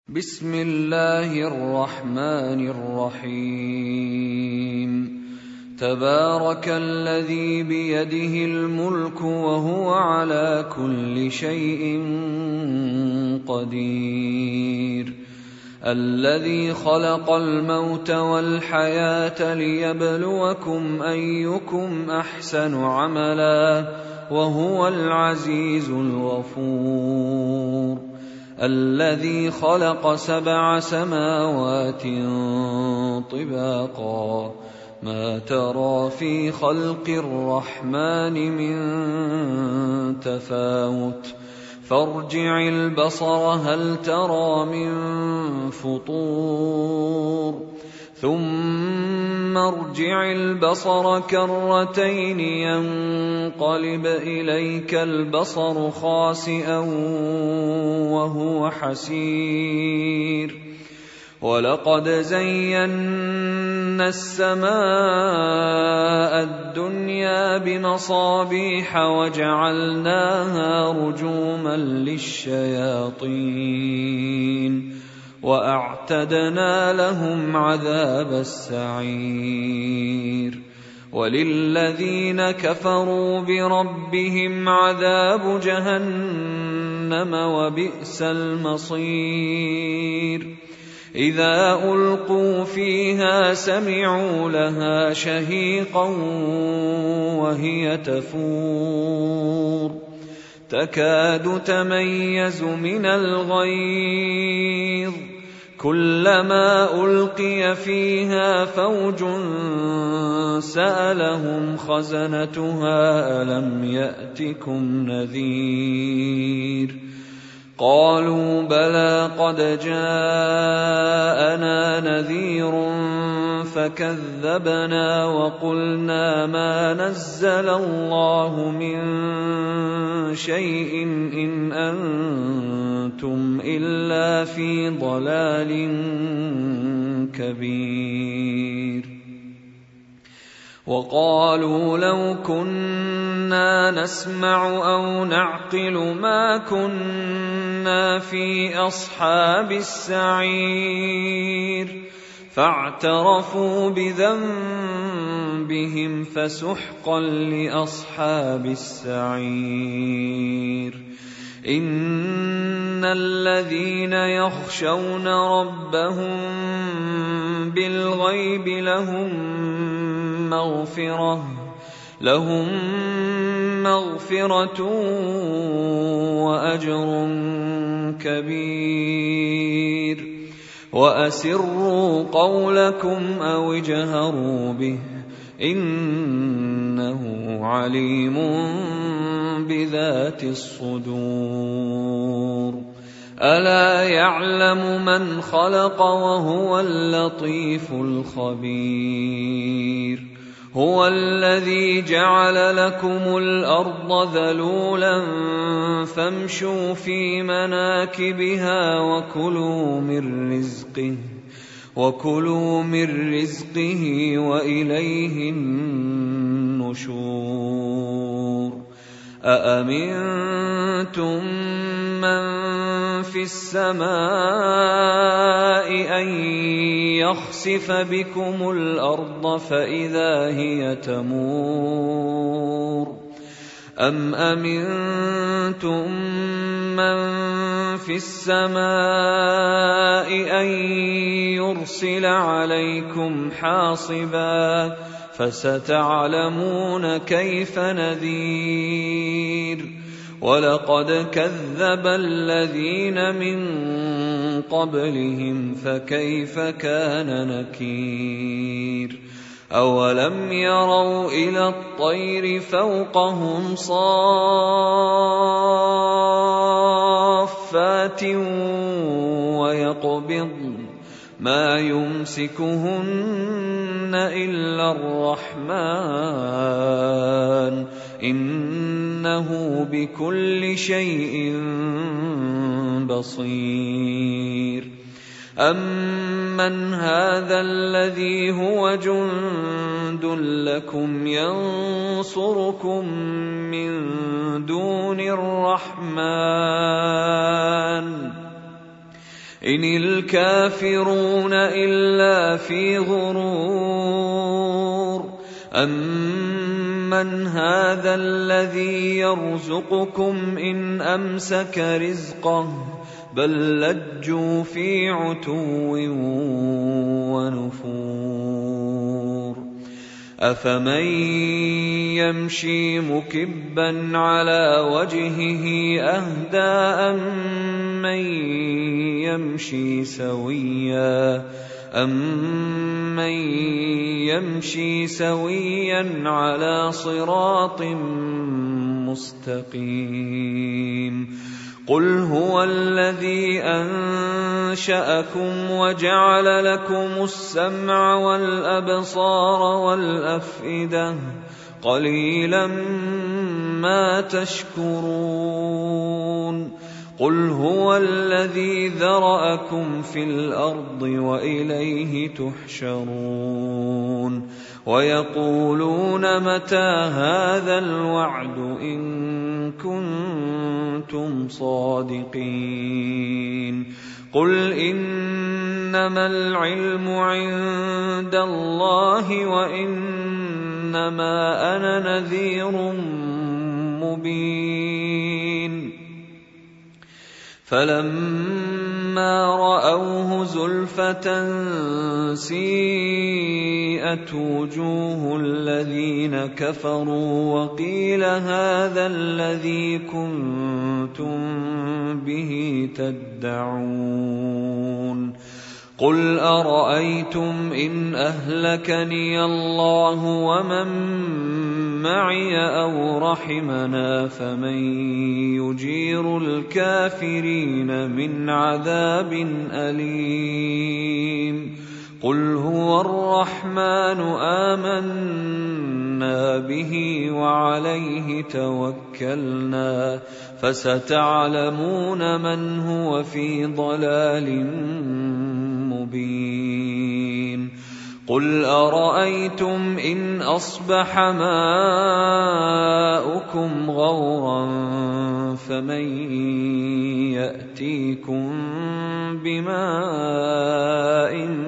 بسم الله الرحمن الرحيم. تبارك الذي بيده الملك وهو على كل شيء قدير، الذي خلق الموت والحياة ليبلوكم أيكم أحسن عملا وهو العزيز الغفور، الذي خلق 7 سماوات طباقا، ما ترى في خلق الرحمن من تفاوت، فارجع البصر هل ترى من فطور، ثم ارجع البصر كرتين ينقلب إليك البصر خاسئا وهو حسير، ولقد زينا السماء الدنيا بمصابيح وجعلناها رجوما للشياطين وأعتدنا لهم عذاب السعير، وللذين كفروا بربهم عذاب جهنم وبئس المصير، إذا ألقوا فيها سمعوا لها شهيقا وهي تفور، تكاد تميز من الغيظ، كلما ألقي فيها فوج سألهم خزنتها ألم يأتكم نذير، قالوا بلى قد جاءنا نذير فكذبنا وقلنا ما نزل الله من شيء إن أنتم إلا في ضلال كبير، وقالوا لو كنا نسمع أو نعقل ما كنا في أصحاب السعير، فاعترفوا بذنبهم فسحقا لأصحاب السعير، إن الذين يخشون ربهم بالغيب لهم مغفرة وأجر كبير، وأسروا قولكم أو اجهروا به إنه عليم بذات الصدور، ألا يعلم من خلق وهو اللطيف الخبير، هو الذي جعل لكم الأرض ذلولا فامشوا في مناكبها وكلوا من رزقه وإليه النشور، أأمنتم من في السماء أن يخسف بكم الأرض فإذا هي تمور، أم أمنتم من في السماء أن يرسل عليكم حاصبا فستعلمون كيف نذير، ولقد كذب الذين من قبلهم فكيف كان نكير، أولم يروا إلى الطير فوقهم صافات ويقبضن ما يمسكهن إلا الرحمن إنه بكل شيء بصير، أمن هذا الذي هو جند لكم ينصركم من دون الرحمن إن الكافرون إلا في غرور أمن هذا الذي يرزقكم إن أمسك رزقه بل لجوا في عتو ونفور أفمن يمشي مكبا على وجهه أهدى أمن يمشي سويا على صراط مستقيم قل هو الذي أنشأكم وجعل لكم السمع والأبصار والأفئدة قليلا ما تشكرون قل هو الذي ذرأكم في الأرض وإليه تحشرون ويقولون متى هذا الوعد إن كنتم صادقين قل إنما العلم عند الله وإنما أنا نذير مبين فلما رأوه زلفة سيئت وجوه الذين كفروا وقيل هذا الذي كنتم به تدعون قل أرأيتم إن أهلكني الله ومن معي أو رحمنا فمن يجير الكافرين من عذاب أليم قل هو الرحمن آمنا به وعليه توكلنا فستعلمون من هو في ضلال مبين قل أرأيتم إن أصبح ماؤكم غورا فمن يأتيكم بماء